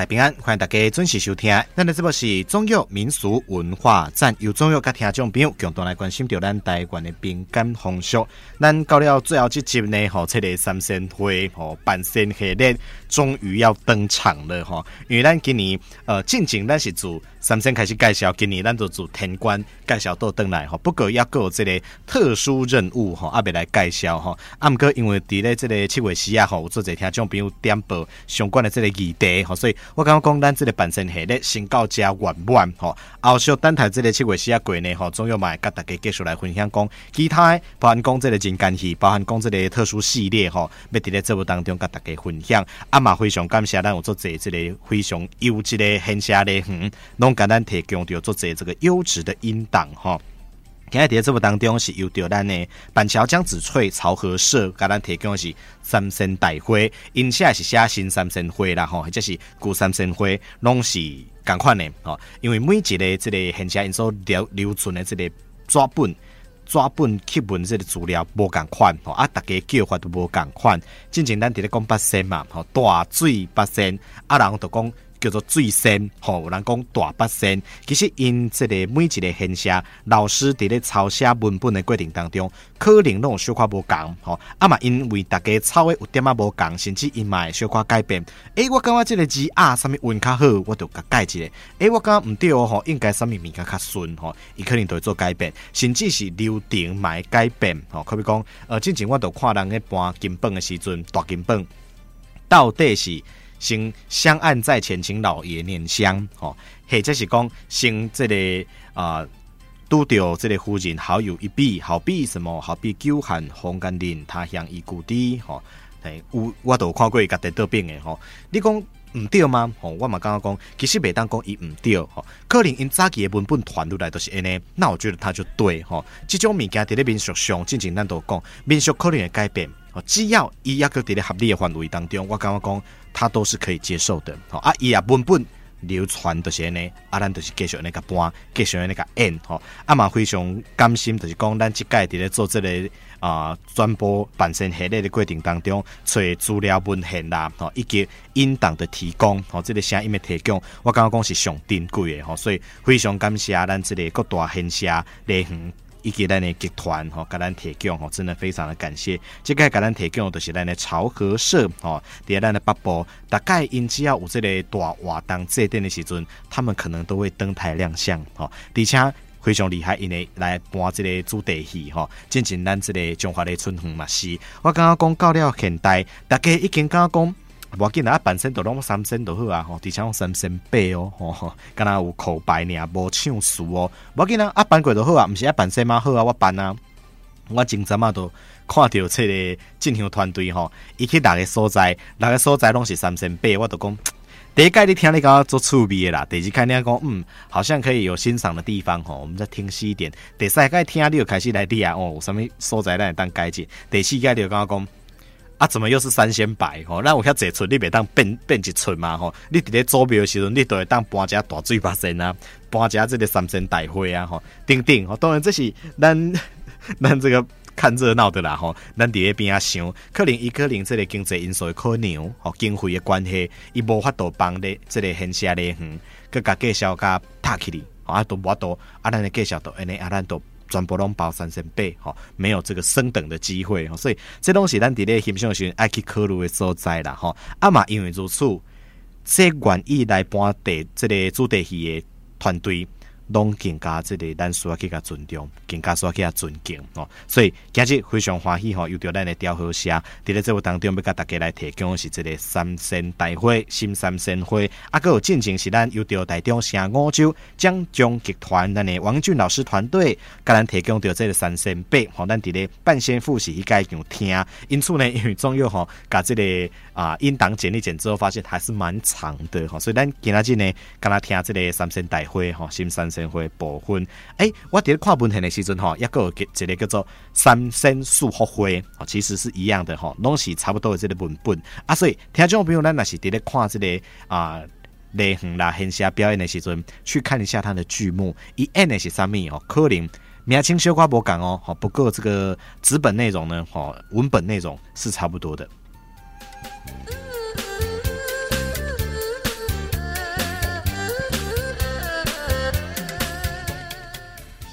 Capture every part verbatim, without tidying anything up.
台平安，欢迎大家准时收听。咱的节目是中药民俗文化站，由中药甲听众朋友共同来关心到咱台湾的民间风俗。咱到了最后这集呢，吼，这个三仙花吼半仙系列终于要登场了吼。因为咱今年呃进前咱是自三仙开始介绍，今年咱就自天官介绍到登来吼。不过要有这个特殊任务吼，阿未来介绍吼。啊，不过因为伫咧这个七月时啊吼，有做侪听众朋友点播相关的这个议题吼，所以我感觉讲咱这个半仙系列先到这圆满吼。后续等待这个七月时啊过呢吼，总有嘛甲大家继续来分享讲其他包含讲这个人间戏，包含讲这个特殊系列吼，要伫咧节目当中甲大家分享。啊嘛非常感谢咱有做侪这个非常优质的现写的园，拢甲咱提供到做侪这个优质的音档吼。今日在节目当中是由着咱的板桥江子翠潮和社甲咱提供的是三仙大花，因写是写新三仙花啦吼，或者是旧三仙花，拢是同款的吼。因为每一个这个现写因所留留存的这个纸本。纸本刻文这个资料无共款吼，啊，大家叫法都无共款。之前咱伫咧讲八仙嘛，吼大水八仙，啊，人就讲叫做水仙，吼，有人讲大八仙。其实因这个每一个现写，老师伫咧抄写文本的过程当中，可能拢有小可无共，吼，啊嘛，因为大家抄的有点仔无共，甚至因嘛会小可改变。诶、欸，我感觉这个字啊，啥物韵较好，我就甲改一下。诶、欸，我感觉毋对哦，吼，应该啥物物件较顺，吼，伊可能都会做改变，甚至是流程嘛会改变，吼，可比讲，呃，之前我就看人咧搬金本的时阵，大金本到底是先香案在前，请老爷念香，吼，或者是讲先这个啊。拄到这个夫人好友一比，好比什么？好比久旱红甘霖，他乡已故地，吼，哎，有我都有看过伊家己倒病的吼。你讲唔对吗？吼，我嘛刚刚讲，其实袂当讲伊唔对，吼，可能因早期的文本传入来都是安尼，那我觉得他就对，吼。这种物件伫咧民俗上，之前咱都讲，民俗可能会改变，只要伊抑个伫咧合理的范围当中，我刚刚讲，他都是可以接受的，吼啊，伊啊文本。流传就是安尼，啊，咱就是继续安尼个搬，继续安尼个演吼，啊嘛非常甘心，就是讲咱即届伫咧做这个啊传播版身系列的过程当中，找资料文献啦，吼，以及音档的提供，吼，这个声音的提供，我感觉讲是上珍贵的吼，所以非常感谢咱这个各大现写类园。以及咱的集团吼，甲咱提供吼，真的非常的感谢。这个甲咱提供就是咱的潮和社吼，伫咱的北部，大概因只要有这个大活动祭典的时阵，他们可能都会登台亮相吼，而且非常厉害，因为来搬这个主题戏吼，进前咱这个中华的春园嘛是。我刚刚讲到了现代，大家已经刚刚讲。无要紧啊，半仙就拢三仙就好啊，吼，而且用三仙八哦，吼，敢若有口白尔，无唱词哦，无要紧啊，啊办过就好啊，毋是啊半仙嘛好啊，我办啊，我前阵啊都看到这个进香团队吼，伊去六个所在，六个所在拢是三仙八，我就讲，第一届你听你讲做趣味的啦，第二届你讲嗯，好像可以有欣赏的地方吼，我们再听细一点，第三届听你就开始来理啊，哦，有啥物所在咱会当改进，第四届你就讲讲。啊，怎么又是三仙白吼？那我遐坐出，你袂当变变一出嘛吼？你伫咧祖庙的时阵，你都会当搬一下大水八仙啊，搬一下这个三仙大花啊吼，等等吼。当然这是咱咱这个看热闹的啦吼。咱伫咧边啊想，可能伊可能这个经济因素的可能吼，经费的关系，伊无法度帮咧这个现写咧园，佮甲介绍甲拍起哩，啊都无法度，啊咱的介绍都安尼，啊咱都。全部拢包三仙八，吼，没有这个升等的机会，所以这东西咱伫咧欣赏时爱去考虑的所在啦，吼。啊嘛，因为如此，这愿意来搬地这个主题戏的团队，拢更加这个咱需要去甲尊重，更加需要去甲尊敬哦。所以今日非常欢喜吼，有着咱的调和社伫咧节目当中要甲大家来提供的是这个三仙大花、新三仙花，啊，个有进前是咱有着台中城五洲江中集团咱的王俊老师团队，甲咱提供着这个三仙八，吼，咱伫咧半仙复习一概样听，因此呢，因为总有吼，甲这个啊音档剪一剪之后，发现还是蛮长的吼，所以咱今仔日呢，敢若听这个三仙大花吼，新三仙花部分，诶、欸，我伫咧看文献的时阵吼，也个有一个叫做三仙素福花，其实是一样的吼，拢是差不多的这个文本啊，所以听众朋友咱若是伫咧看这个啊。类园啦，现写表演的时阵，去看一下他的剧目，伊演的是啥物哦？可能名称小可无共哦，好，不过这个纸本内容呢，哦，文本内容是差不多的。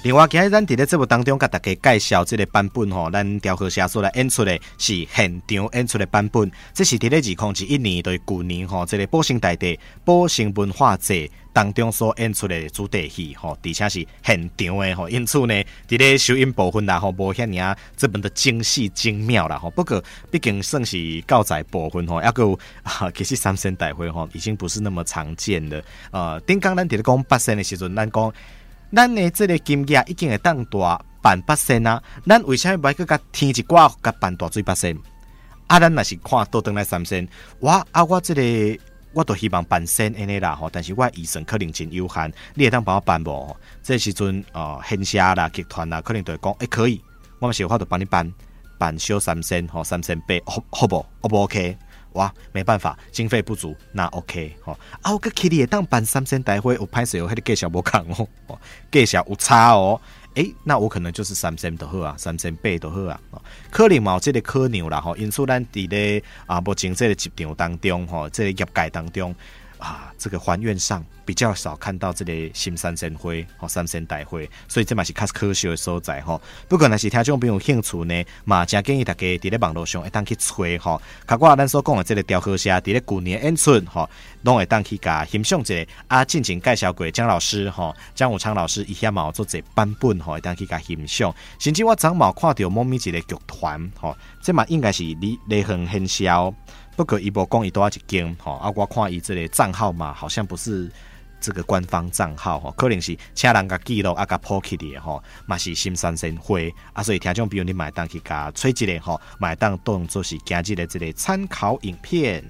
另外，今日咱伫咧节目当中，甲大家介绍这个版本吼，咱调和社所来演出的是现场演出的版本。这是伫咧二零二一年对旧年吼，这个宝生大地宝生文化节当中所演出的主题戏吼，而且是现场的吼。因此呢，伫咧收音部分啦吼，无遐尔这么的精细精妙啦吼。不过，毕竟算是教材部分吼，还有啊，其实三声大会吼，已经不是那么常见了。呃，顶讲咱伫咧讲八声的时阵，咱讲。咱的这个金额已经会当大办八仙啊，咱为啥物要去甲添一寡甲办大水八仙？啊，咱若是看倒转来三仙，我啊我这个我都希望办仙安尼啦吼，但是我预算可能真有限，你会当帮我办无？这时阵呃，现社啦、集团啦，可能就会讲，诶、欸、可以，我们是有法度帮你办办小三仙吼，三仙八，好好不？好不 OK？哇，没办法，经费不足，那 OK 吼、哦。啊，我个 Kitty 也当办三仙大会，我拍摄有迄个介绍无共哦，介绍有差哦。诶，那我可能就是三仙就好啊，三仙八就好啊。哦、可能嘛有这个可能啦吼，因此咱伫咧啊，目前这个集场当中吼，这个业界当中啊，这个还愿上比较少看到这个新三仙会吼、三仙大会，所以这嘛是较可惜的所在吼。不过若是听众朋友有兴趣呢，嘛真建议大家伫咧网络上会当去找吼，包括咱所讲的这个调和社伫咧旧年演出吼，拢会当去甲欣赏一下。啊，进前介绍过江老师吼，江武昌老师伊遐嘛有做一版本吼，会当去甲欣赏。甚至我昨嘛看到某咪一个剧团吼，这嘛应该是李雷恒现销。不过伊无讲伊多少一间吼，啊，我看伊这个账号嘛，好像不是这个官方账号吼，可能是请人甲记录啊，甲铺起的吼，嘛是新三仙会啊，所以听众朋友你买当去甲吹一个吼，买当当做是今日的这个参考影片。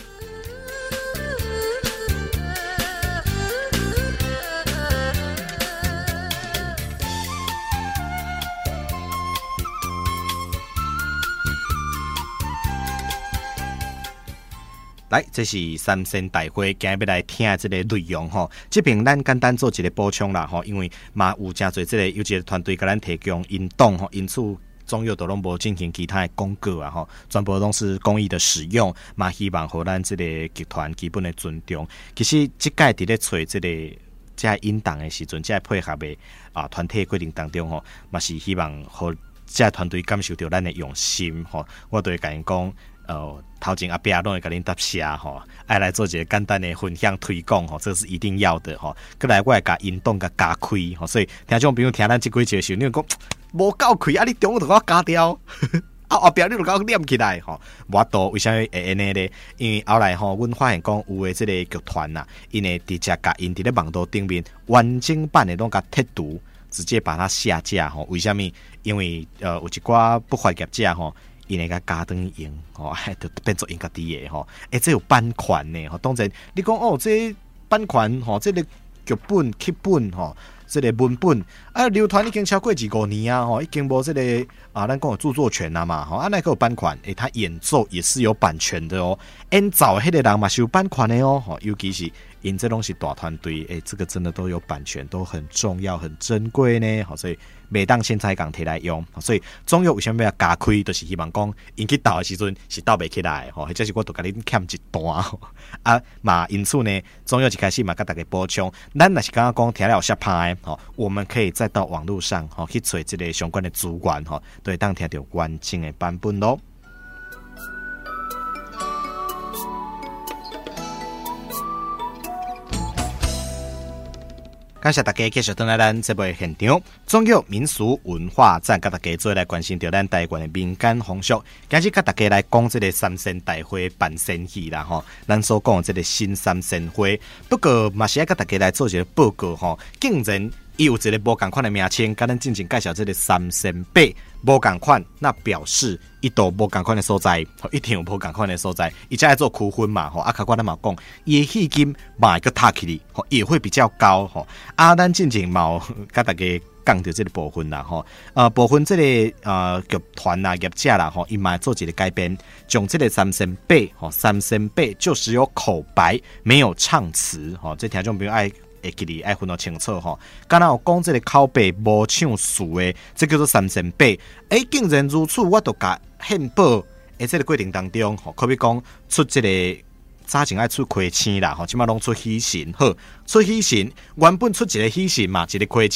来，这是三仙大会，今日要来听这个内容吼。这边咱简单做一个补充啦吼，因为嘛有真侪这个有一个团队给咱提供引导吼，因此中药都拢无进行其他的广告啊吼，全部都是公益的使用，嘛希望互咱这个集团基本的尊重。其实这届伫咧找这个这引导的时阵，这配合的啊团体规定当中吼，嘛是希望互这团队感受到咱的用心吼。我都会甲因讲。呃，头前阿伯拢会甲恁答谢吼，爱来做一个简单的分享推广吼，这是一定要的吼。过来我会甲引动甲加开吼，所以听众朋友听咱即几集的时候，你讲无够开啊，你中午就给我加掉，啊后壁你就给我念起来吼。我多为啥会安尼咧？因为后来吼，阮发现讲有诶即个剧团呐，因为直接甲因伫咧网络顶面完整版的拢甲剔除，直接把它下架吼。为虾米？因为呃有一寡不法业者吼。因那个加灯用吼，就变做因家己的吼。诶、欸，这有版权呢吼。当然，你讲哦，这版权吼，这个剧本、剧本吼，这个文本啊，流传已经超过二五年啊吼，已经无这个啊，咱讲有著作权啦嘛吼。啊，那个有版权，诶、欸，他演奏也是有版权的哦。演奏迄个人嘛是有版权的哦，吼，尤其是因这东西大团队，诶、欸，这个真的都有版权，都很重要、很珍贵呢。好，所以。每当现在港摕来用，所以中药为什么要加开？就是希望讲，因去倒的时阵是倒袂起来，吼，或者是我都甲恁欠一段啊嘛。因此呢，中药一开始嘛，甲大家补充，咱若是刚刚讲听了有下歹，吼，我们可以再到网络上，吼，去找这个相关的资源，吼，都会当听到完整的版本咯。感谢大家继续回来咱这部现场，中药民俗文化站，甲大家做来关心到咱台湾的民间风俗。今日甲大家来讲这个三仙大会办仙戏啦吼，咱所讲的这个新三仙会。不过嘛是要甲大家来做一个报告吼，竟然伊有一个无同款的名称，甲咱进行介绍这个三仙八无同款，那表示伊都无同款的所在，一定有无同款的所在，伊才来做区分嘛吼。啊，卡我咱嘛讲，伊的戏金嘛个塔起哩，吼也会比较高吼。啊，咱进前嘛甲大家讲到这个部分啦吼，呃，部分这个呃剧团啦、业者啦吼，伊嘛做一个改编，将这个三仙八吼，三仙八就只有口白，没有唱词吼，这听众朋友爱。会记哩爱分得清楚吼，敢若有讲这个口白无唱词的，这叫做三仙八。哎、欸，竟然如此，我都甲献报。诶，这个过程当中吼，可比讲出这个早前爱出亏钱啦，吼，即马拢出喜神好，出喜神原本出一个喜神嘛，一个亏钱。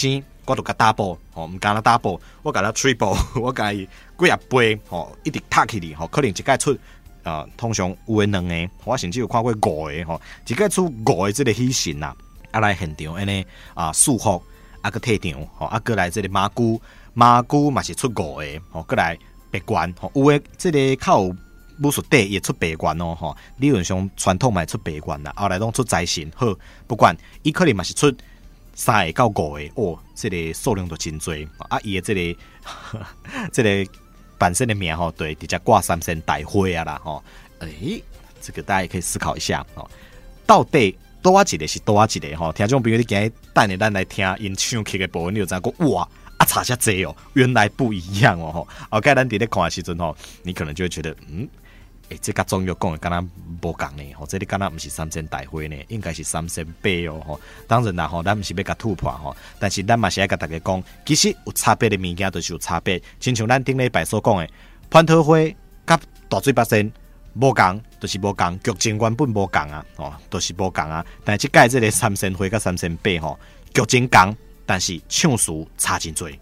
我就甲 double 吼，毋敢若 double， 我甲他 triple， 我甲伊几啊倍吼，一直踢起哩吼，可能一届出啊、呃，通常有诶两个，我甚至有看过五个吼，一届出五个即个喜讯啦，啊来现场安尼啊束缚，啊个退场吼，啊过来即个马姑马姑嘛是出五个吼，过来白关吼，有诶即个较有武术底也出白关哦吼，理论上传统嘛出白关啦，后来拢出财神好，不管伊可能嘛是出。三个到五个哦，这个数量都真多啊！伊的这个这个本身的名吼，对，直接挂三仙大会啊啦吼。诶、欸，这个大家也可以思考一下哦，到底多少一个是多少一个吼？听众朋友，你今日等下咱来听因唱曲的部分，你就知讲哇啊差遮济哦，原来不一样哦吼。后盖咱伫咧看的时阵吼，你可能就会觉得嗯。诶、欸，这甲中药讲的敢若无共呢？吼，这里敢若毋是三仙大会呢，应该是三仙杯哦。吼，当然啦，吼，咱毋是要甲突破吼，但是咱嘛是爱甲大家讲，其实有差别的物件就是有差别。亲像咱顶礼拜所讲的，蟠桃花甲大水八仙无共，就是无共，剧情原本无共啊，哦，都、就是无共啊。但是即届这个三仙花甲三仙杯吼，剧情共，但是唱词差真多。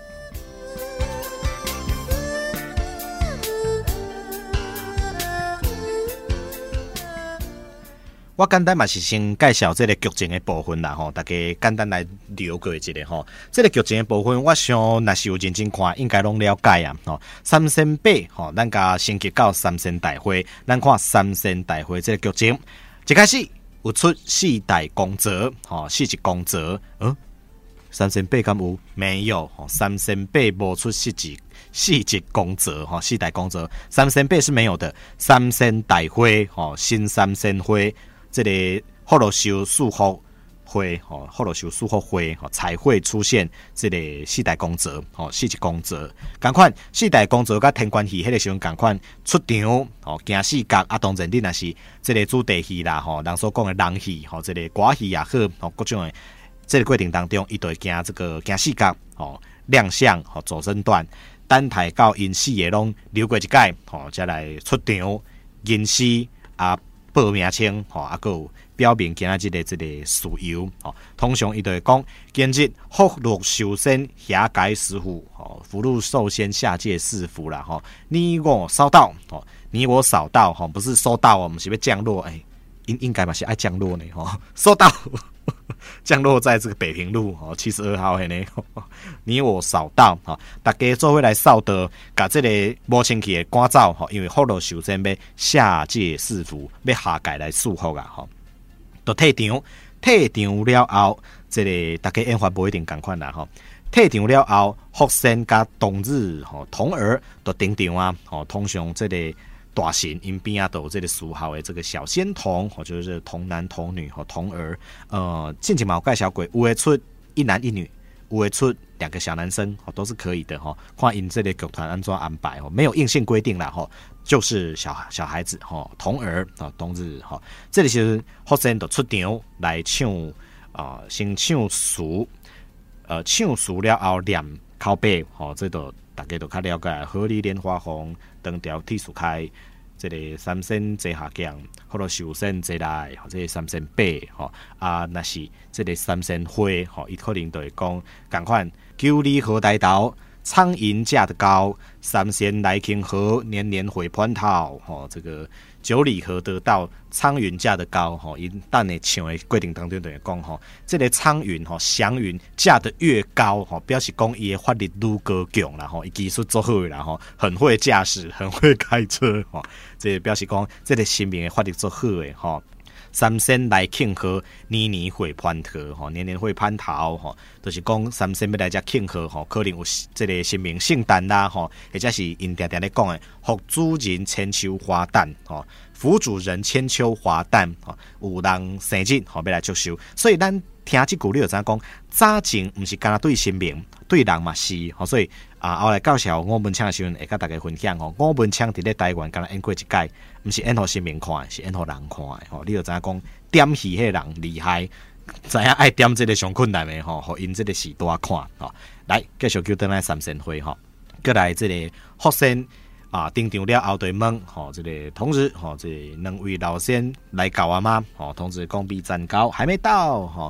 我简单嘛是先介绍这个剧情的部分啦吼，大家简单来了解一下吼。这个剧情的部分，我想若是有认真看，应该拢了解啊吼。三仙八吼，咱甲升级到三仙大会，咱看三仙大会这个剧情，一开始有出四代公泽吼，四级公泽，嗯，三仙八敢有？没有吼，三仙八无出四级。四级公泽哈，四代公泽，三仙八是没有的。三仙大会哈，新三仙会，这个福禄寿祝福会哈，福禄寿祝福会哈，才会出现这个四代公泽哈，四级公泽。赶快四代公泽甲天官戏迄个时阵，赶快出场哦，行四角啊，当然你若是这个主题戏啦吼，人所讲的人戏吼，这个歌戏也好哦，各种的这个过程当中，伊都会行这个行四角哦，亮相哦，走身段。等待到因四个拢流过一届，吼，再来出场吟诗啊，报名称，吼，啊，有表明今仔日的这个事由，吼，通常伊就会讲，今日福禄寿仙下界师傅，吼，福禄寿仙下界师傅啦，吼，你我烧到，吼，你我扫到，吼，不是收到哦，我们是要降落，哎、欸，应应该嘛是爱降落呢，吼，收到。降落在这个北平路哦，七十二号迄呢，你我扫到哈，大家做伙来扫道，把这个无清气的赶走哈，因为福禄寿仙要下界赐福，要下界来祝福啊哈，都退场，退场了后，这个大家演法不一定同款啦哈。退场了后，福仙加冬日吼童儿都登场啊，吼，通常这个。大神因边啊都有这个属好的这个小仙童，或者是童男童女和童儿，呃，近期嘛有介绍过，有会出一男一女，有会出两个小男生，都是可以的哈。看因这个剧团安怎安排哦，没有硬性规定啦哈，就是小小孩子哈，童儿啊，冬日哈，这里是福仙就出场来唱啊、呃，先唱词，呃，唱词了后念口碑，吼，这都大家都较了解，荷里莲花红。长条铁树开，这个三仙坐下降，或者寿仙坐来，或者三仙八，吼啊，那是这个三仙花，吼，伊可能就会讲，赶快九里河大道，苍蝇架得高，三仙来庆贺，年年会蟠桃，吼，这个九里河得道，苍云架得高，吼，因等下唱的过程当中就会讲，吼，这个苍云，吼，祥云架得越高，吼，表示讲伊的法力愈高强啦，吼，伊技术做好啦，吼，很会驾驶，很会开车，吼，这表示讲这个神明的法力做好的，吼。三仙来庆贺，年年会蟠桃，吼，年年会蟠桃，吼，就是讲三仙要来遮庆贺，吼，可能有这个神明圣诞啦，吼，或者是因定定咧讲的福主人千秋花旦，吼，福主人千秋花旦，吼，有人生日，吼，要来祝寿，所以咱听这句你就知影讲，早前不是干那对神明，对人嘛是，吼，所以啊，后来到时候我文昌的时阵会甲大家分享吼，我文昌伫咧台湾干那演过一届。不是演互神明看，是演互人看的吼。你就知影讲点戏迄人厉害，知影爱点这个上困难的吼，互因这个时代看吼。来，继续叫倒来三仙会吼，过来这个福仙啊登场了后对问吼，这个同时吼，这两位老仙来搞啊吗？吼，同时讲比站高还没到吼。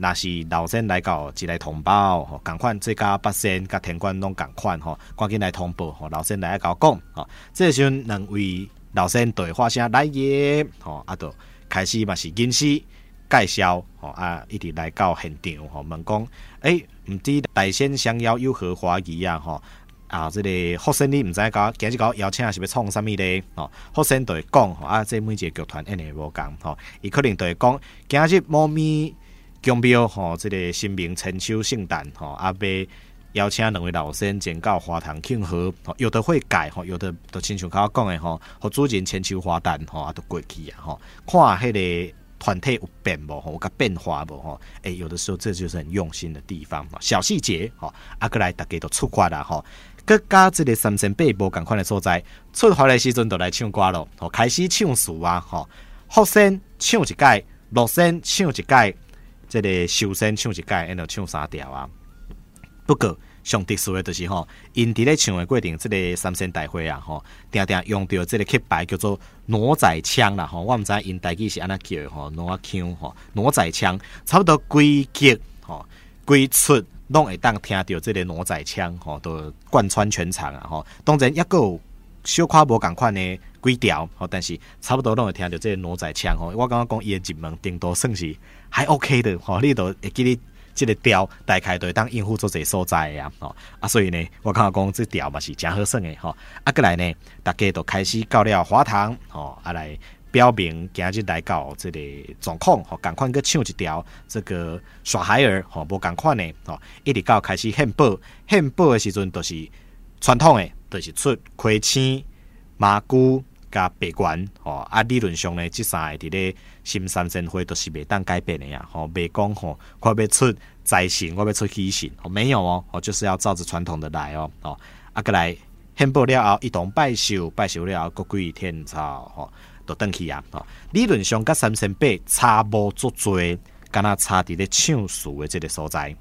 若是老先来到一来通报，吼，赶快这甲八仙甲天官拢赶快吼，赶紧来通报，吼，老先来甲我讲，吼，这时阵两位老先对发声来耶，吼，啊，就开始嘛是认识介绍，吼啊，一直来到现场，吼，问讲，诶，毋知大仙相邀有何华疑啊，吼。啊，这个福星你唔知搞，今日搞邀请是要创啥物咧？哦，福星就会讲，吼啊，这每一个剧团演的无共，吼，伊可能就会讲，今日猫咪宫庙，吼，这个新明千秋圣诞，吼，啊，要邀请两位老仙前到花坛庆贺，吼，有的会改，吼，有的就亲像เขา讲的，吼，互主人千秋花旦，吼，啊，都过去啊，吼，看迄个团体有变无，吼，有甲变化无，吼，诶，有的时候这就是很用心的地方，小细节，吼，啊，过来大家都出发啦，吼。佮加这个三仙八无共款的所在，出发的时阵就来唱歌咯，吼，开始唱词啊，吼，福仙唱一届，乐仙唱一届，这个寿仙唱一届，然后唱三条啊。不过上特殊的就是吼，因伫咧唱的过程，这个三仙大会啊，吼，定定用到这个曲牌叫做傩仔腔啦，吼，我唔知因台语是安怎叫吼，傩腔吼，傩仔腔，差不多规曲吼，规出。拢会当听到这个傩仔腔，吼，都贯穿全场啊，吼。当然，也有小可无共款的几条，吼，但是差不多拢会听到这个傩仔腔，吼。我刚刚讲伊的入门程度算是还 OK 的，吼，你都会记得这个调大概都会当应付做这所在呀，吼啊，所以呢，我刚刚讲这调嘛是真好耍的，吼。啊，过来呢，大家都开始到了花堂，吼，啊来。表明今日来到这个状况，吼，赶快去唱一条这个耍孩儿，吼，无赶快呢，吼，一直到开始献宝，献宝的时阵都是传统的，都是出葵青、麻姑加白丸，吼，啊，理论上呢，这三个伫咧新三仙会都是袂当改变的呀，吼，袂讲吼，我要出财神，我要出喜神，吼，没有哦，哦，就是要照着传统的来哦，哦，啊，过来献宝了后，一同拜寿，拜寿了后，各归天朝，吼。就回去啊！理论上，甲三仙八差无足多，敢若差伫咧唱词的这个所在。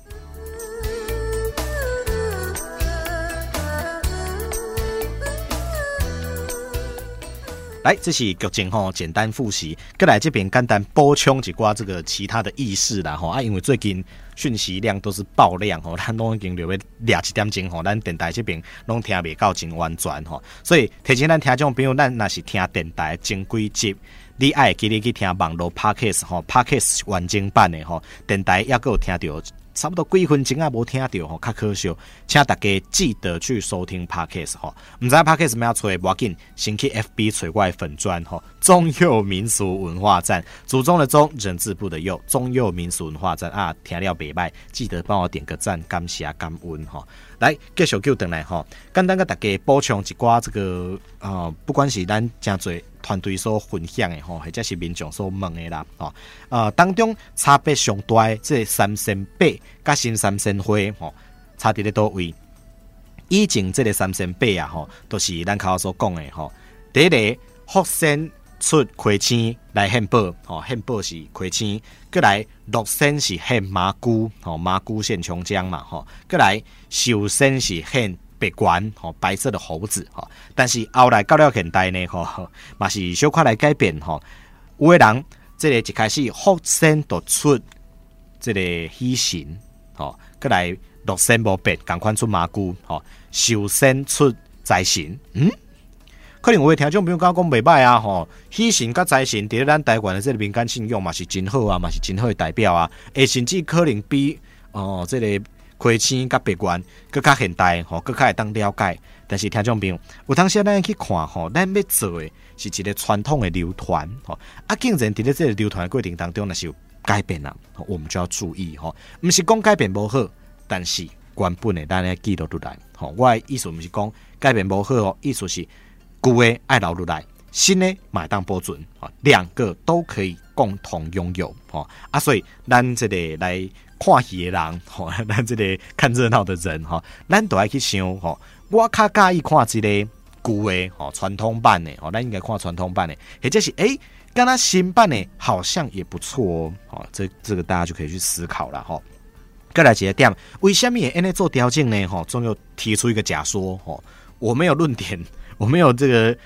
来，这是剧情吼，简单复习。过来这边简单补充一寡这个其他的意识啦吼啊，因为最近讯息量都是爆量吼，咱拢已经略要掠一点钟吼，咱电台这边拢听袂到真完全吼，所以提醒咱听众朋友，咱若是听电台前几集，你爱记得去听网络 Podcast 吼 ，Podcast 完整版的吼，电台也够有听到。差不多几分钟啊，无听到吼，较可惜，请大家记得去收听 Podcast 吼。唔知 Podcast 咩找，无要紧，先去 F B 找我的粉专吼。中佑民俗文化站，祖宗的宗，人字部的佑，中佑民俗文化站啊，听了袂歹，记得帮我点个赞，感谢感恩吼。来，继续叫回来吼，简单甲大家补充一寡这个呃，不管是咱真侪。团队所分享的吼，或者是民众所问的啦，吼，呃，当中差别上大的这三仙八甲新三仙花吼，差伫咧倒位？以前这个三仙八啊，吼，都是咱口所讲的吼。第一个福仙出葵青来献宝，吼，献宝是葵青；过来乐仙是献麻姑，吼，麻姑献琼浆嘛，吼；过来寿仙是献。白丸吼，白色的猴子吼，但是后来到了现代呢吼，嘛是小可来改变吼。有的人这个一开始福仙就出这个喜神吼，过来乐仙无变，赶快出麻姑吼，寿仙出财神，嗯，可能有的听众朋友讲讲袂歹啊吼，喜神甲财神伫咱台湾的这个民间信仰嘛是真好啊，嘛是真好的代表啊，诶，甚至可能比哦这个。葵青甲白丸，更较现代吼，更较会当了解。但是听众朋友，有当时咱去看吼，咱要做的是一个传统的流传吼，啊，竟然伫咧这个流传的过程当中，若是有改变啦，我们就要注意吼。毋是讲改变无好，但是原本的咱要记录落来吼。我的意思毋是讲改变无好哦，意思是旧的爱留落来，新的买当保存，两个都可以共同拥有吼。啊，所以咱这个来。看戏的人，吼，咱这个看热闹的人，吼，咱都爱去想，吼，我较介意看这个旧的，吼，传统版的，吼，咱应该看传统版的，或者是诶，跟他新版的，好像也不错哦，吼，这这个大家就可以去思考了，吼。再来一个点，为什么会安尼做调整呢？吼，总有提出一个假说，吼，我没有论点，我没有这个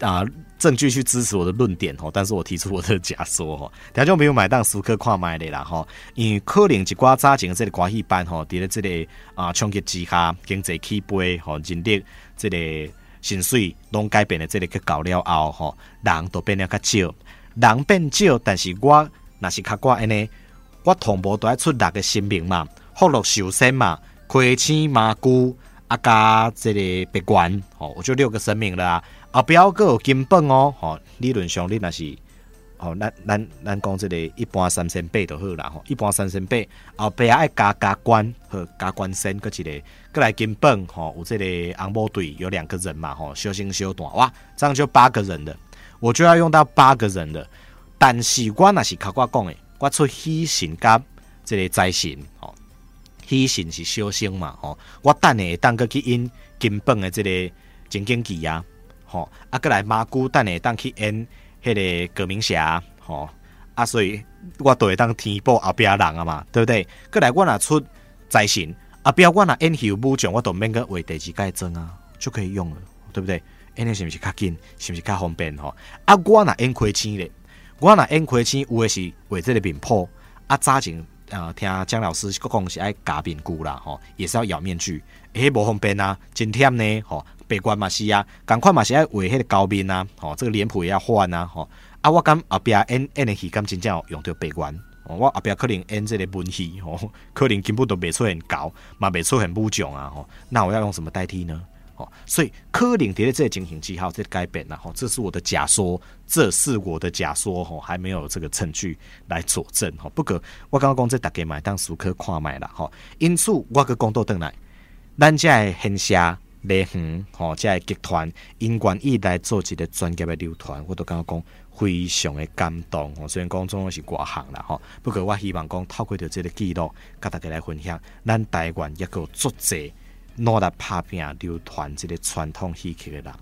啊、呃、证据去支持我的论点吼，但是我提出我的假说吼。听众朋友买当苏科看卖的啦吼，因为可能一寡早前这个歌戏班吼，伫咧这个啊冲击之下，经济起飞吼，人力这个薪水拢改变了，这个去搞了后吼，人都变了较少，人变少，但是我若是较我安尼，我同步都爱出六个新名嘛，福禄寿仙嘛，葵青麻姑。啊加这个白丸吼，我就六个神明了啊！后壁还有金本哦，吼，理论上你若是吼，咱咱咱讲这个一般三仙八就好啦吼，一般三仙八后壁爱加加官和加官仙，搁一个搁来金本吼，有这个红毛队有两个人嘛吼，小星小短哇，这样就八个人的，我就要用到八个人的。但是我若是靠我讲的，我出喜神甲这个财神吼。喜神是小星嘛，吼！我等下当个去演金本的这个情景剧啊，吼！啊，过来麻姑等下当去演迄个革命侠，吼！啊，所以我都会当填补后壁人啊嘛，对不对？过来我若出财神，后壁我若演戏武将，我都免个为第二届装啊，就可以用了，对不对？演的是不是较紧？是不是较方便？吼！啊，我若演亏钱咧，我若演亏钱，有的是为这个面谱啊，早前。呃，听姜老师讲是爱加面具啦，吼，也是要咬面具，迄无方便啊，真忝呢，吼，白关嘛是啊，赶快嘛是爱画迄个高面啊，吼，这个脸谱也要换啊，吼，啊，我感后壁演演的戏，感真正用到白关，我后壁可能演这个文戏，吼，可能根本都袂出现高，嘛袂出现武将啊，吼，那我要用什么代替呢？所以可能在这个情形之下，这改变了哈，这是我的假说，这是我的假说哈，还没有这个证据来佐证哈。不过我刚刚讲这大家买当苏科看卖啦哈，因此我个讲到倒来，咱这的现社内行吼，这的集团因愿意来做一个专业的流传，我都刚刚讲非常的感动吼。虽然讲总是外行啦哈，不过我希望讲透过着这个记录，跟大家来分享，咱台湾也有足济。努力打拼流传这个传统戏曲的人，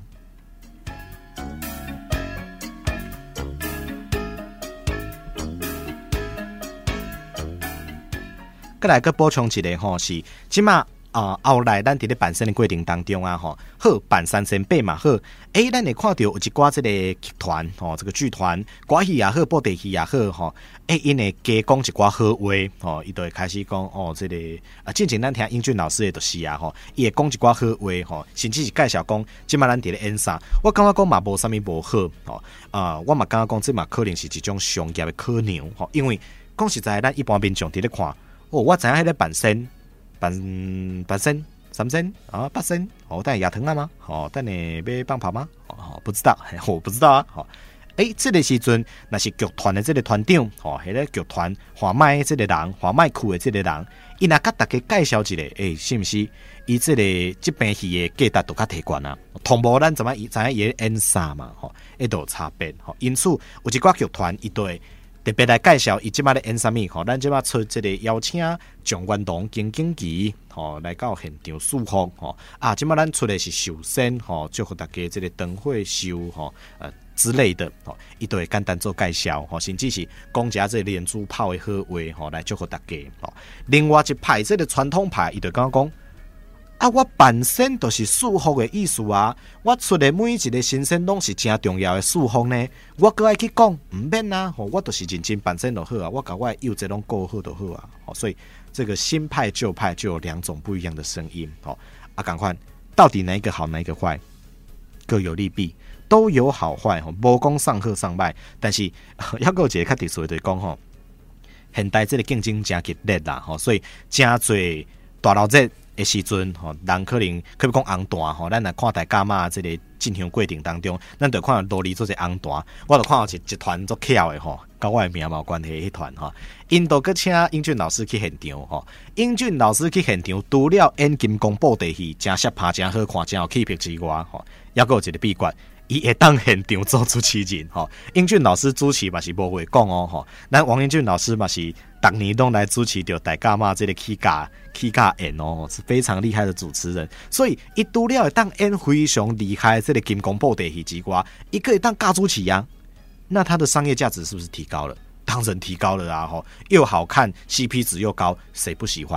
再来个补充一个吼是，即马啊后来咱伫咧办身的过程当中啊吼，好办三仙八嘛好，诶，咱会看到有一寡这个剧团吼，这个剧团歌戏也好，布袋戏也好吼，诶，因会加讲一寡好话吼，伊就会开始讲哦，这个啊，之前咱听英俊老师的就是啊吼，伊会讲一寡好话吼，甚至是介绍讲即马咱伫咧演啥，我感觉讲嘛无啥物无好吼，啊，我嘛感觉讲这嘛可能是一种商业的可能吼，因为讲实在，咱一般民众伫咧看，哦，我知影迄个办身。半半身、三身啊、八身，哦，但牙疼啊吗？哦，但你被棒跑吗？哦，不知道，我不知道啊。好、哦，诶，这个时阵那是剧团的这个团长，哦，迄个剧团华麦的这个人，华麦区的这个人，伊若甲大家介绍一下，诶，是不是？伊这个这边戏的价值都较提悬啊。同步咱怎么知影伊演啥嘛？吼、哦，一都有差别。吼、哦，因此有一寡剧团伊对。特别来介绍伊即马咧演啥物吼，咱即马出即个邀请蒋元龙、金景吉吼来到现场祝福吼啊！即马咱出的是寿仙吼，祝福大家即个灯会秀吼呃之类的吼，伊都会简单做介绍吼，甚至是讲一下即个连珠炮的好话吼来祝福大家吼。另外一派即个传统派，伊就刚刚讲。啊！我本身都是祝福的意思啊！我出的每一个新鲜拢是真重要的祝福呢。我搁爱去讲，唔免啊！吼，我都是认真本身就好啊！我甲我幼稚拢顾好就好啊！吼，所以这个新派旧派就有两种不一样的声音。吼啊，赶快，到底哪一个好，哪一个坏？各有利弊，都有好坏。吼，无讲上好上歹，但是要有一个较特殊的就是讲吼，现代这个竞争真激烈啦！吼，所以真侪大老热。的时阵吼，人可能可以讲红单吼，咱来看大家嘛，这个进行过程当中，咱就看到罗里做一红单，我就看到一一团做巧的吼，跟我的名冇关系迄团吼，因都去请英俊老师去现场吼，英俊老师去现场，除了演金光布袋戏，真摄拍真好看，真有气魄之外吼，还有一个秘诀。伊会当现场做主持人吼，英俊老师主持嘛是无会讲哦吼，咱王英俊老师嘛是逐年都来主持着大家嘛这个起价起价演哦，是非常厉害的主持人，所以伊除了会当演非常厉害这个金光布袋戏之外，伊个会当教主持啊，那他的商业价值是不是提高了？当然提高了啊吼，又好看 ，C P 值又高，谁不喜欢？大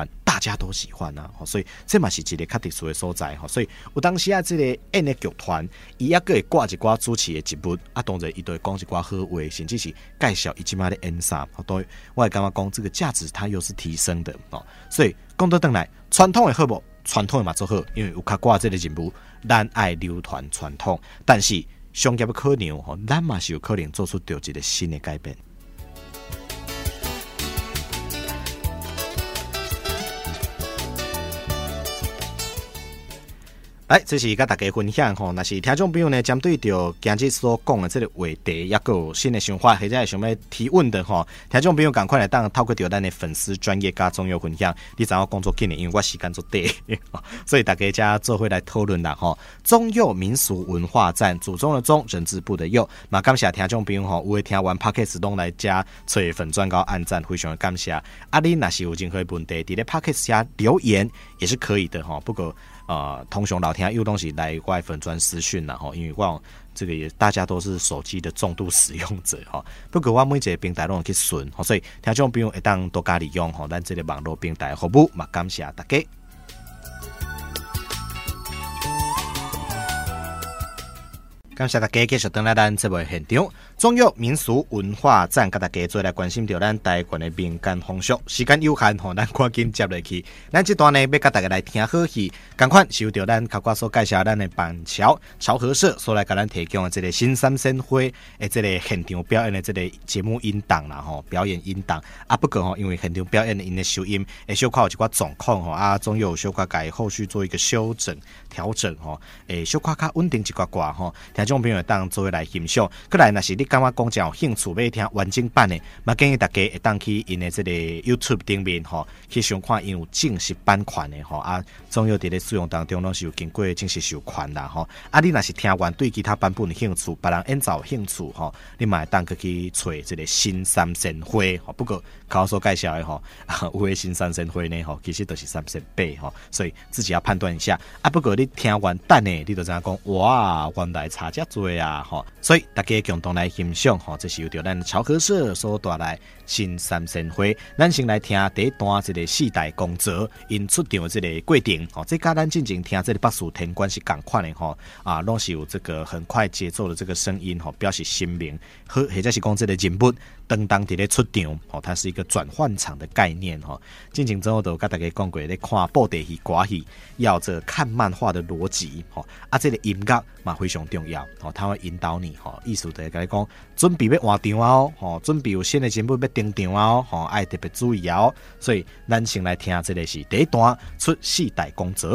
家都喜欢啊，所以这嘛是一个较特殊的所在哈。所以有当时啊，这个演的剧团，伊也个会挂一寡主持的节目，啊，当然伊都会讲一寡好话，甚至是介绍伊即马的演啥，都我会感觉讲这个价值它又是提升的哦。所以讲到转来，传统的好无？传统的嘛做好，因为有较挂这个任务，咱爱流传传统，但是商业的可能吼，咱嘛是有可能做出着一个新的改变。来，这是跟大家分享吼，那是听众朋友呢，针对着今日所讲的这个话题，也有新的想法，或者是想要提问的吼，听众朋友赶快来当透过着咱的粉丝专业加中药分享，你知影工作紧的，因为我时间做短，所以大家加做会来讨论啦吼。中药民俗文化站，祖宗的宗，人字部的佑，嘛感谢听众朋友吼，有诶听完 Podcast 拢来加找粉专高按赞，非常的感谢。啊，你若是有任何问题，伫咧 Podcast 下留言也是可以的吼，不过。呃，通常老听有东西来外粉专私讯啦吼，因为我这个也大家都是手机的重度使用者哈。不过我每一个平台拢去顺，所以听众朋友会当多加利用吼，咱这个网络平台服务嘛，感谢大家。感谢大家继续回来咱节目现场，中药民俗文化站，甲大家做来关心到咱台湾的民间风俗。时间有限吼，咱赶紧接落去。咱这段呢，要甲大家来听好戏，赶快收到咱头瓜所介绍咱的板桥潮和社所来甲咱提供的这个新三鲜花的这个现场表演的这个节目音档啦吼，表演音档啊。不过吼，因为现场表演的因的收音，会小可有一寡状况吼啊，中药有小可改后续做一个修整调整吼，诶，小可较稳定一寡寡吼。听众朋友当做来欣赏，过来若是你感觉讲真有兴趣要听完整版的，嘛建议大家会当去因的这个 YouTube 顶面吼，去想看因有正式版款的吼啊，中药伫咧使用当中拢是有经过正式授权啦吼。啊，你若是听完对其他版本的兴趣，别人演奏有兴趣吼，你嘛会当去找这个新三鲜花吼。不过考所介绍的吼，有的新三鲜花呢吼，其实都是三鲜八吼，所以自己要判断一下啊。不过你听完等呢，你就知影讲哇，原来差这多啊吼，所以大家共同来欣赏吼，这是由着咱潮和社所带来新三鲜花。咱先来听第一段这个四代公泽因出场的这个过程吼，这甲咱进前听这个北树天官是同款的吼啊，拢是有这个很快节奏的这个声音吼，表示新名，或或者是讲这个人物当当伫咧出场吼，它是一个转换场的概念吼。进前之后都甲大家讲过，咧看布袋戏、歌戏，要这看漫画的逻辑吼，啊，这个音乐嘛非常重要吼，它会引导你吼，意思就甲你讲，准备要换场哦，吼，准备有新的节目要登场哦，吼，爱特别注意哦。所以咱先来听这个是第一段出四代公泽。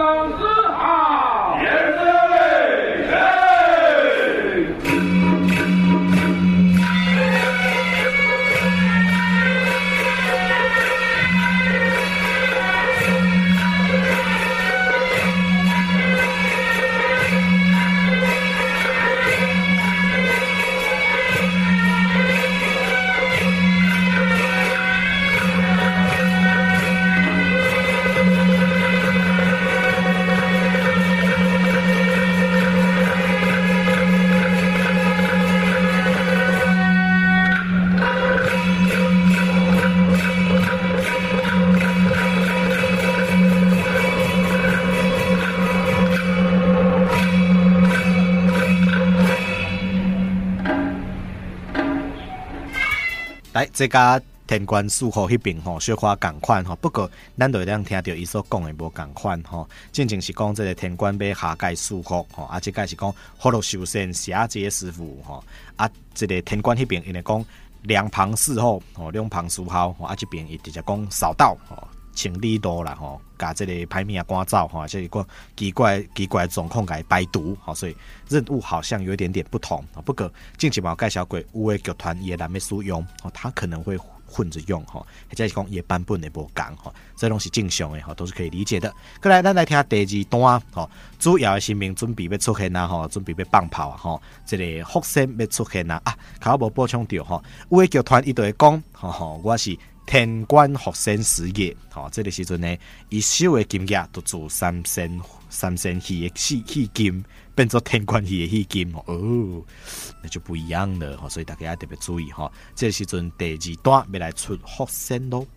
长子好， 爷儿嘞，哎。 来，这家天官属虎迄边吼，小可共款吼。不过，咱就会当听到伊所讲的无共款吼。正正是讲这个天官要下界属虎吼，啊，这个是讲福禄寿仙侠这师傅吼。啊，这个天官迄边因为讲两旁侍候吼，两旁侍候吼，啊，这边伊直接讲扫道吼。清理路啦吼，把这个歹物啊赶走吼，这个奇怪奇怪的状况给排毒吼，所以任务好像有一点点不同。不过近期嘛介绍过，有的剧团也难要使用，他可能会混着用吼，或者是讲也版本的无共吼，这拢是正常的吼，都是可以理解的。过来，咱来听第二段吼，主要的新闻准备要出现啦吼，准备要放炮啊吼，这个福星要出现啦啊，卡无补充到吼，有的剧团伊就会讲吼吼，我是。天官福星事业，吼，这个时阵呢，伊收的金额都做三仙三仙戏的戏戏金，变做天官戏的戏金，哦，那就不一样了，所以大家要特别注意哈。这个时阵第二段要来出福星咯。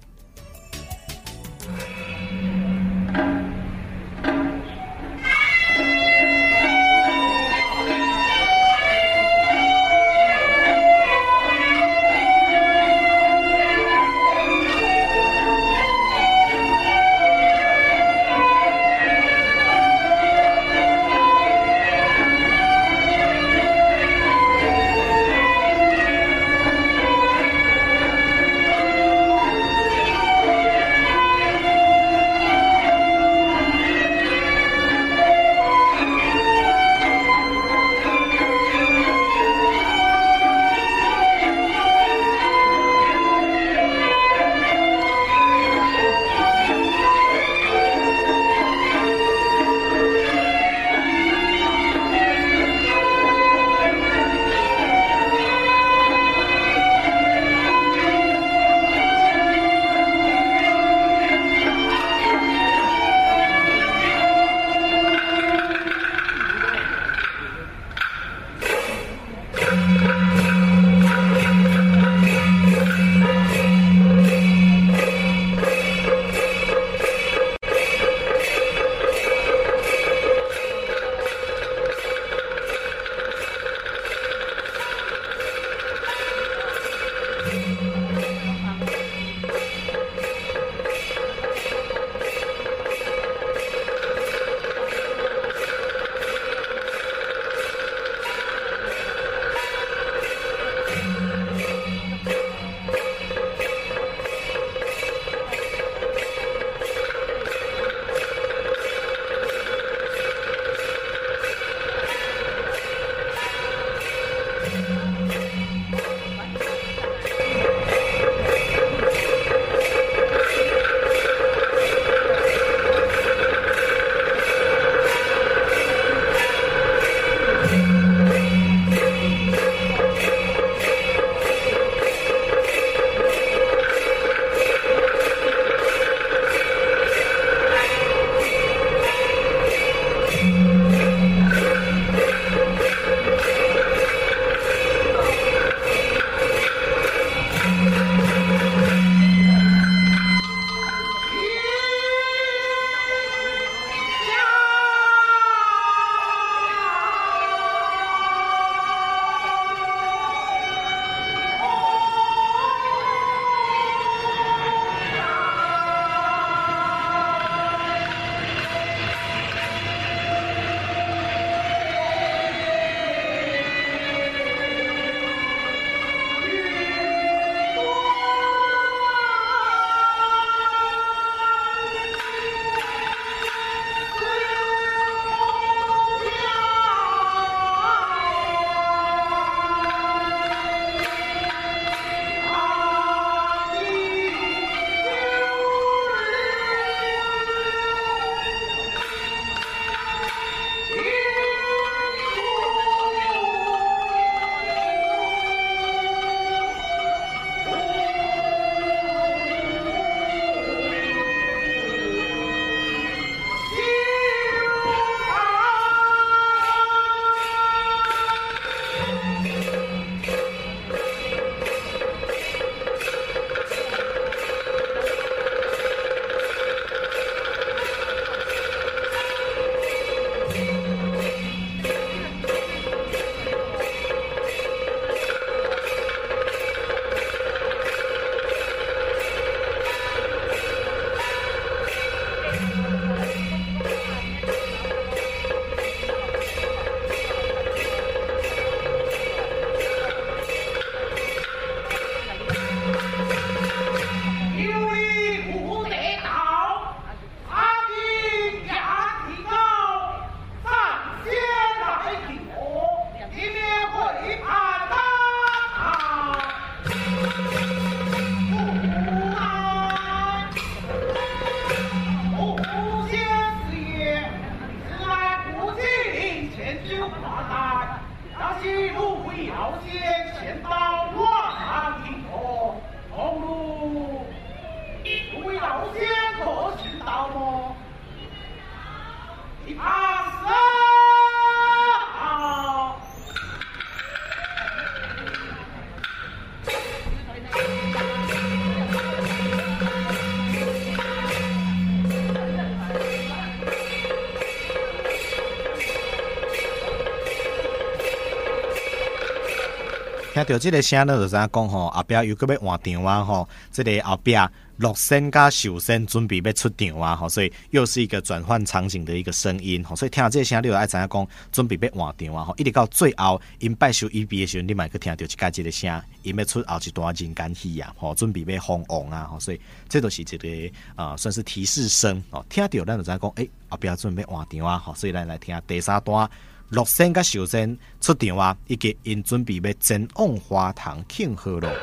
听到这个声呢，就知影讲吼，后壁又搁要换场啊吼，这个后壁陆生加寿生准备要出场啊吼，所以又是一个转换场景的一个声音吼，所以听到这个声，你就爱知影讲准备要换场啊吼，一直到最后因拜寿一毕的时候，你嘛去听到一家这个声，因要出后一段人间戏啊吼，准备要封王啊吼，所以这都是一个啊、呃、算是提示声哦，听到咱就知影讲，诶后壁准备换场啊吼，所以咱来听第三段。陆生甲寿生出场啊，以及因准备要前往花堂庆贺咯。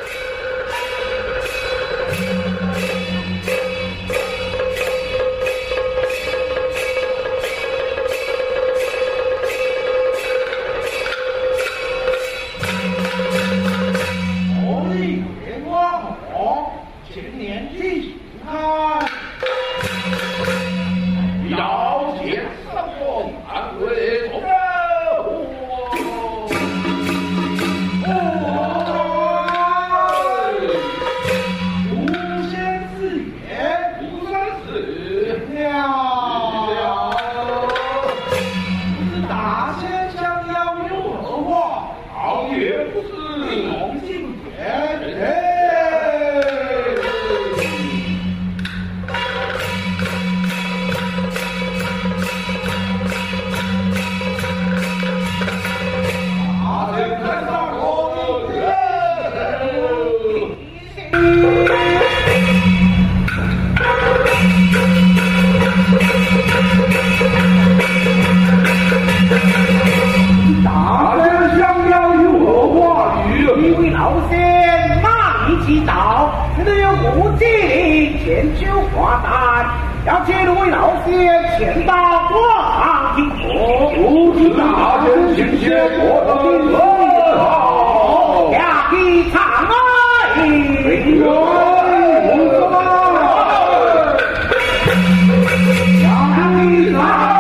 我立莲花红，前年地开，摇钱上凤安徽同。 要接位老先前到花堂听佛，如今大人请先我等问好，下一场哎，没有无妨，下一场。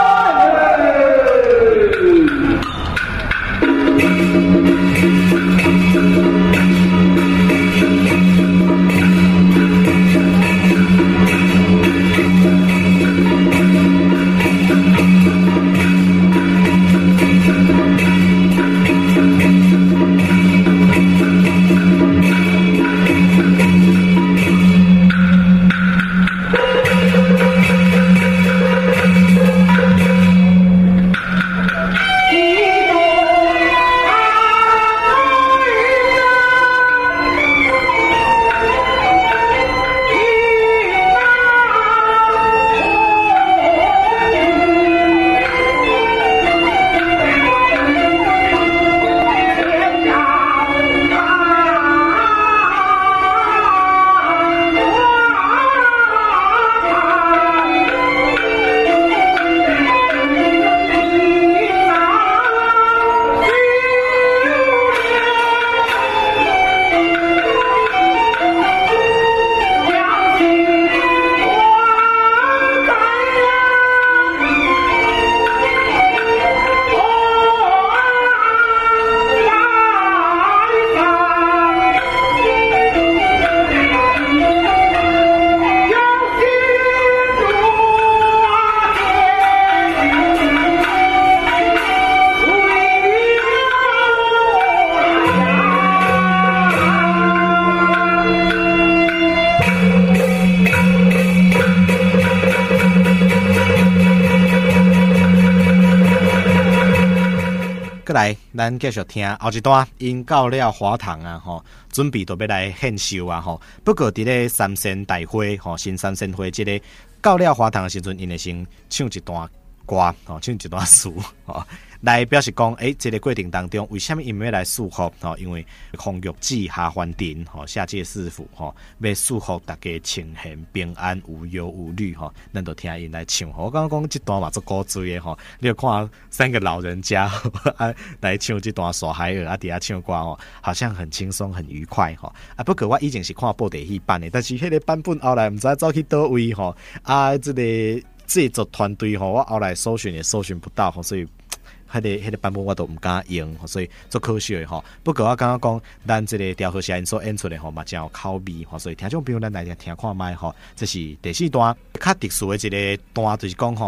过来，咱继续听后一段，因到了花堂啊，吼，准备都要来献寿啊，吼。不过伫咧三仙大会，吼，新三仙会即、这个到了花堂的时阵，因会先唱一段歌，吼，唱一段诗，吼。来表示讲，诶，这个过程当中，为什么因要来祝福？吼，因为红玉旨下凡庭，吼，下界师傅，吼，要祝福大家清闲平安，无忧无虑，吼，咱就听因来唱。我刚刚讲这段嘛足古锥的，吼，你有看三个老人家啊来唱这段傻孩儿啊，底下唱歌吼，好像很轻松很愉快，吼。啊，不过我以前是看布袋戏版的，但是迄个版本后来唔知走去倒位，吼，啊，这个制作团队吼，我后来搜寻也搜寻不到，吼，所以。迄、那个迄、那个版本我都唔敢用，所以足可惜的吼。不过我刚刚讲，咱这个调和声音所演出的吼，嘛真有口味吼，所以听众朋友咱来听听看卖吼。这是第四段较特殊的一个段，就是讲吼，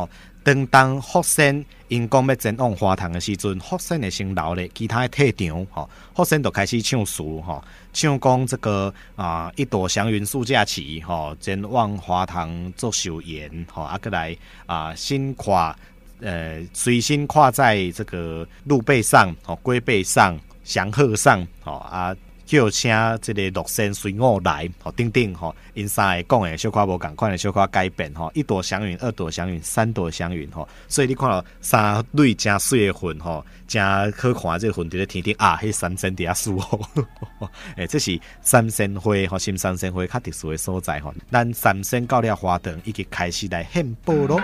当当福仙因讲要前往花堂的时阵，福仙的先留咧，其他的退场吼，福仙就开始唱词吼，唱讲这个啊、呃、一朵祥云速驾起吼，前往花堂做寿宴吼，啊，过来啊新跨呃随心跨在这个鹿背上吼，龟背上，祥鹤上吼啊。叫请这个陆仙随我来，吼，等等吼，因三个讲的小可无共款的小可改变吼，一朵祥云，二朵祥云，三朵祥云吼，所以你看到三蕊真水的云吼，真可看这个云伫咧天顶啊，迄三仙伫遐树吼，诶，这是三仙花吼，新三仙花较特殊的所在吼，咱三仙到了花堂已经开始来献宝咯。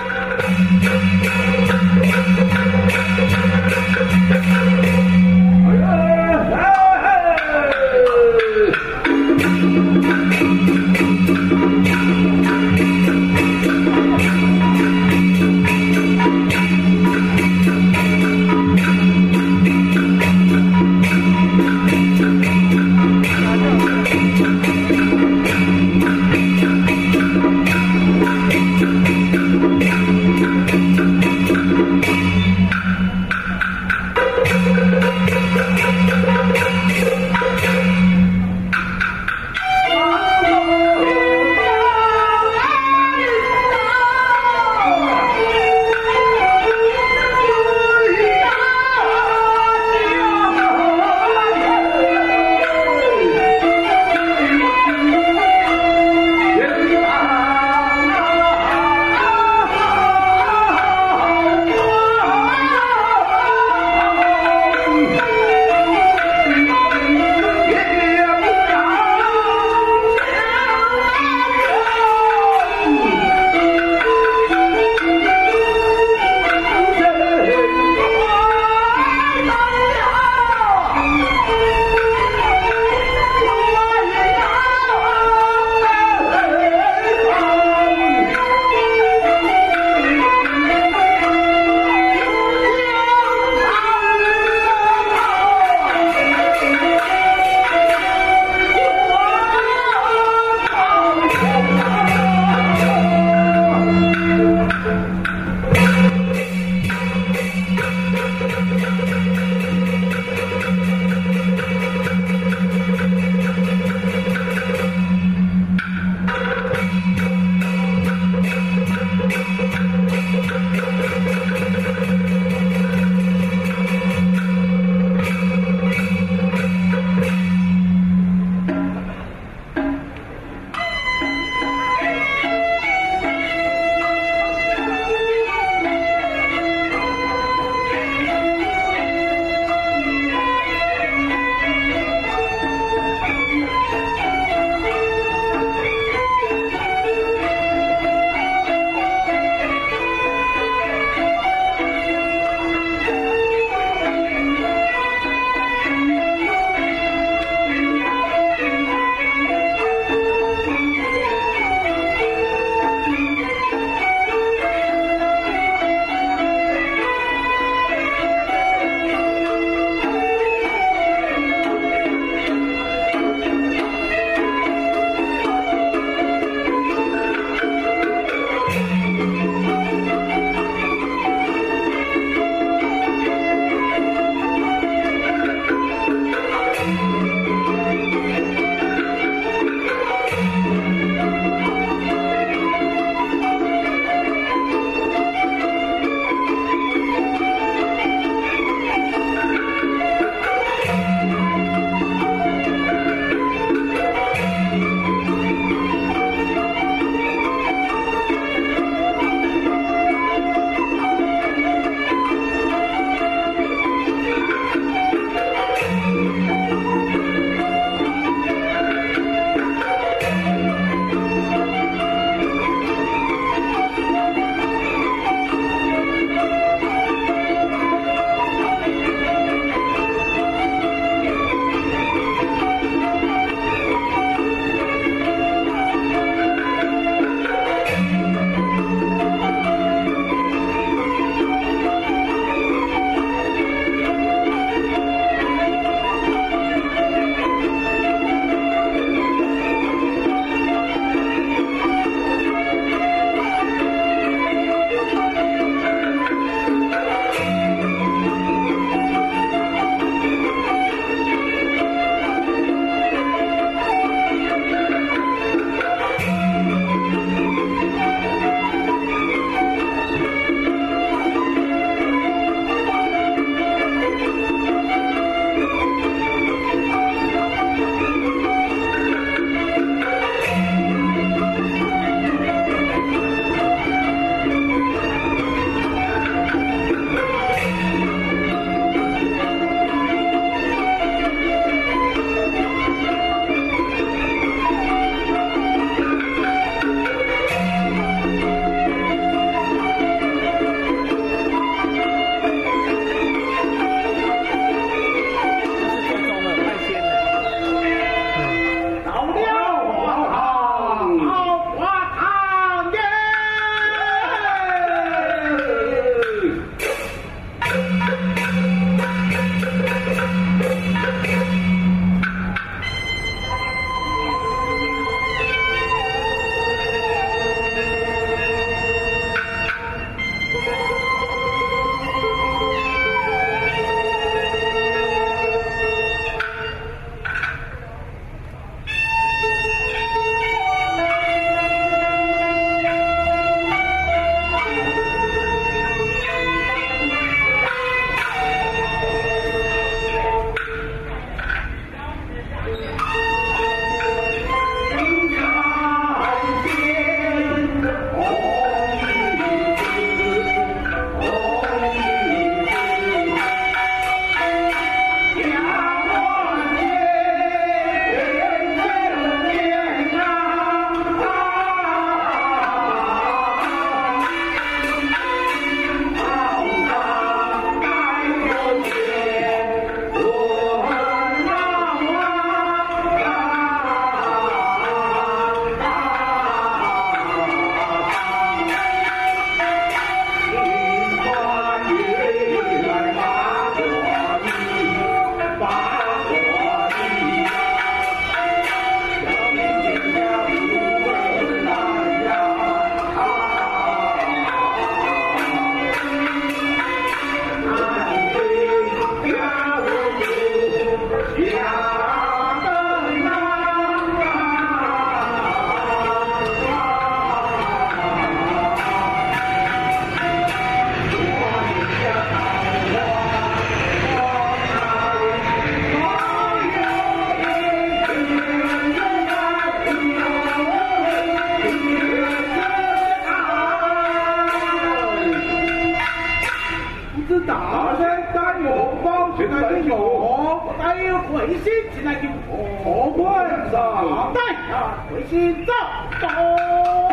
有回心进来进我官上，带呀回心走走。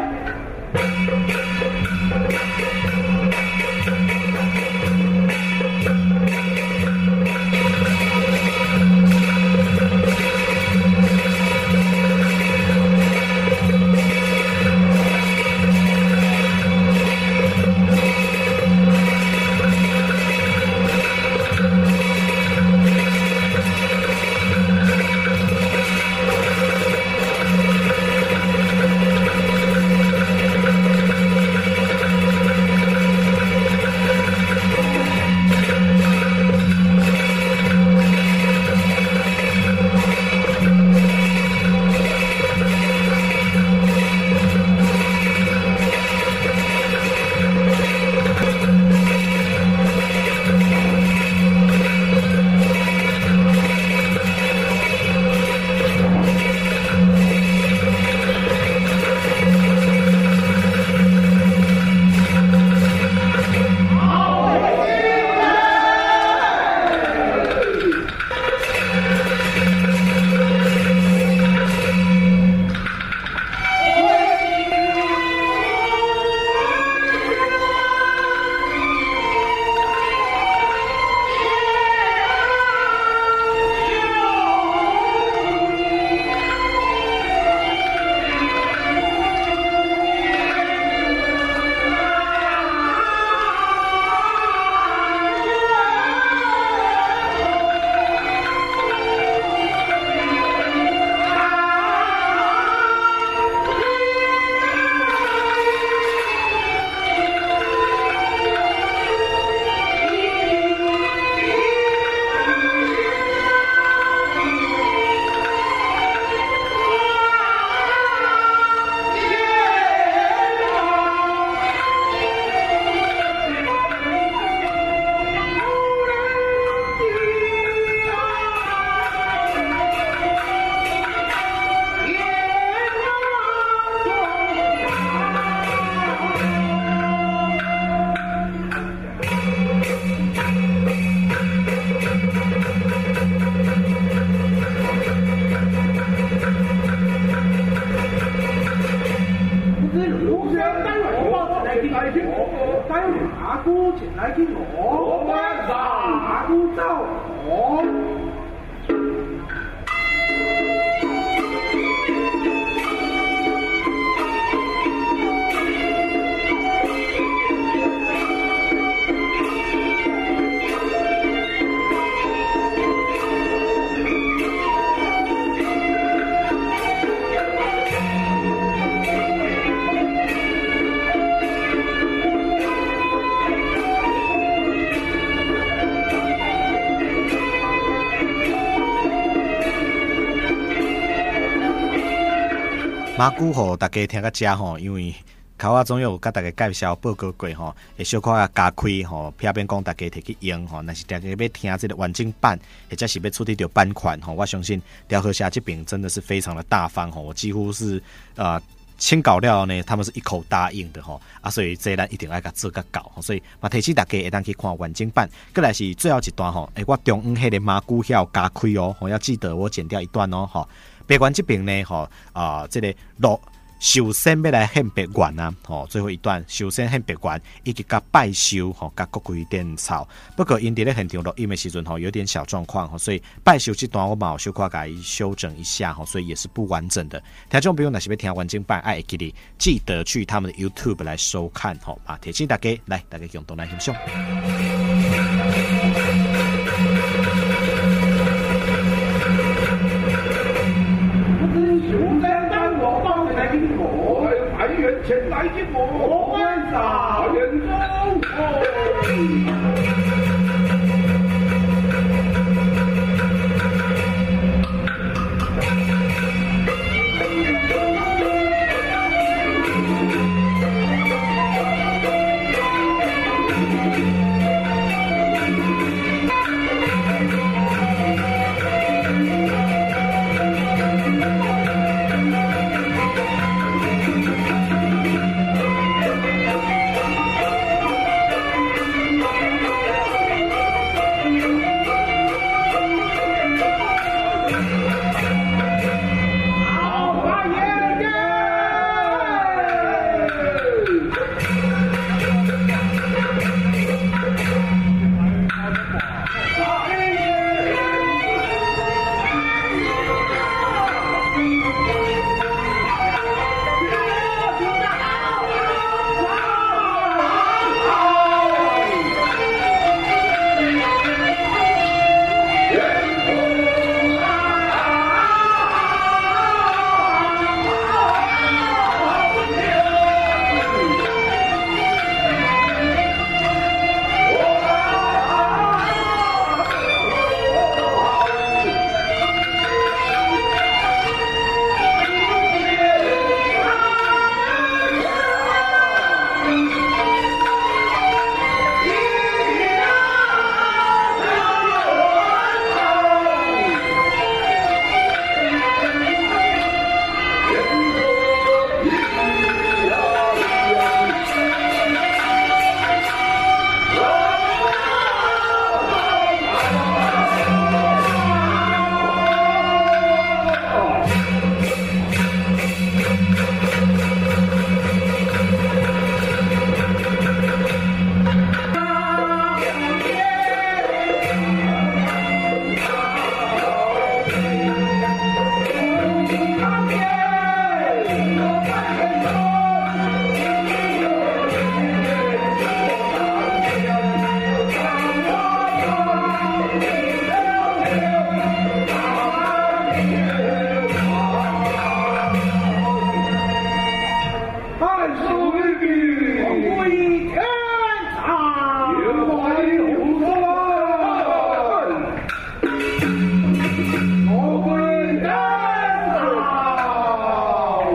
马古吼，大家听个遮吼，因为口仔总有甲大家介绍报告过吼，会小可啊加开吼，偏偏讲大家摕去用吼，若是大家要听这个完整版，或者是要处理到版权吼，我相信调和侠这边真的是非常的大方吼，我几乎是呃。签稿料呢，他们是一口答应的吼，啊，所以这咱一定要甲做甲搞，所以嘛提醒大家会当去看完整版。过来是最后一段吼，诶，我中央迄个马古晓加开哦，我要记得我剪掉一段哦，吼。北关这边呢，吼啊、呃，这个落首先要来献北关啊，吼，最后一段首先献北关，以及甲拜寿吼，甲各归电草。不过因伫咧现场录音的时阵吼，有点小状况吼，所以拜寿这段我嘛有小可改修整一下吼，所以也是不完整的。听众朋友若是要听完整版，爱记得记得去他们的 YouTube 来收看吼啊，提醒大家来，大家共同来欣赏。 前来进我官上演中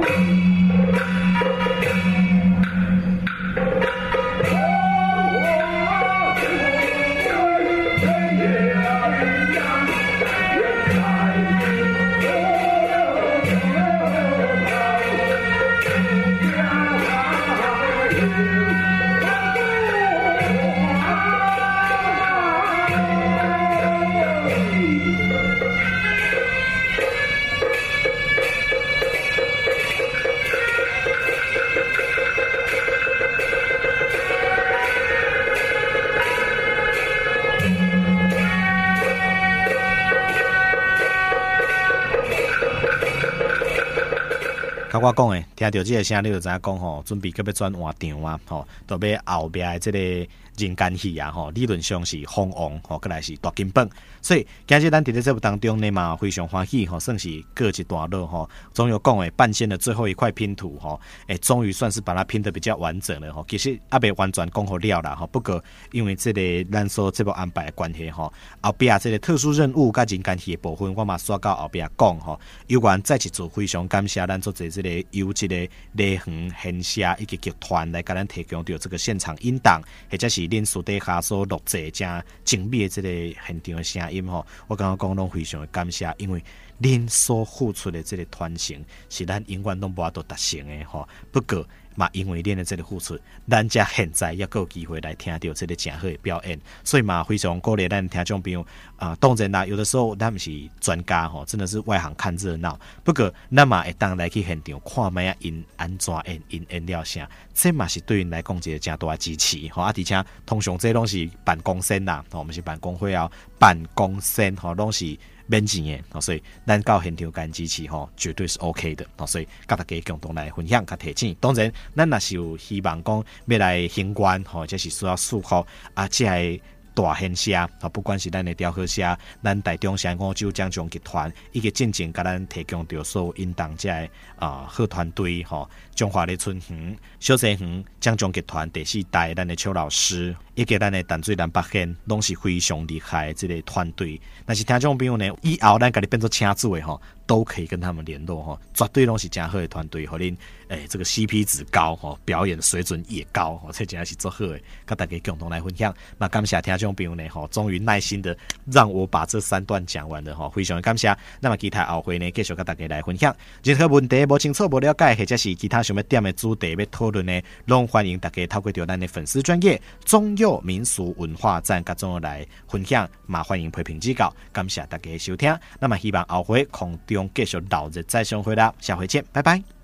甲我讲诶，听到这个声，你就知影讲吼，准备要要转换场啊，吼，都要后壁诶这个人间戏啊，吼，理论上是凤凰，吼，过来是大金榜。所以今日咱伫咧节目当中呢嘛，非常欢喜吼，算是过一段落吼。总有讲诶，半仙的最后一块拼图吼，诶，终于算是把它拼得比较完整了吼。其实还未完全讲好了啦吼，不过因为这个咱所节目安排的关系吼，后壁这个特殊任务甲人间戏的部分，我嘛刷到后壁讲吼。有关再一次非常感谢咱做这这个由这个雷恒现社以及集团来给咱提供到这个现场音档，或者是恁私底下所录制正精密的这个现场的声音吼，我刚刚讲拢非常的感谢，因为恁所付出的这个传承是咱永远都无法度达成的吼。不过嘛，因为恁的这个付出，咱才现在也有机会来听到这个正好的表演，所以嘛，非常鼓励咱听众朋友啊、呃。当然啦，有的时候咱们是专家吼，真的是外行看热闹。不过咱嘛会当来去现场看卖啊，因安怎演，因演了啥，这嘛是对因来讲一个正大的支持吼。啊，而且通常这拢是办公室啦，我们是办公会啊，办公室吼拢是免钱的，所以咱到现场干支持吼，绝对是 OK 的。所以甲大家共同来分享、甲提醒。当然，咱若是有希望讲要来行愿吼，这是需要祝福啊，这系大现社啊，不管是咱的雕刻社、咱台中县五洲奖奖集团，以及进前甲咱提供到所有应当这个啊好团队吼，中华的春园、小西园奖奖集团第四代咱的邱老师。以及咱的淡水南北县拢是非常厉害的这个团队，但是听众朋友呢，以后咱家己变做请主的吼，都可以跟他们联络吼，绝对拢是真好的团队，互恁诶这个 C P 值高吼，表演水准也高吼，这真的是做好的，跟大家共同来分享。那感谢听众朋友呢吼，终于耐心的让我把这三段讲完了吼，非常的感谢。那么其他后回呢，继续跟大家来分享。任何问题无清楚、无了解，或者是其他想要点的主题要讨论呢，拢欢迎大家透过到咱的粉丝专页中佑民俗文化站各种来分享，嘛欢迎批评指教，感谢大家的收听。那么希望后回空中继续留日再相会啦，下回见，拜拜。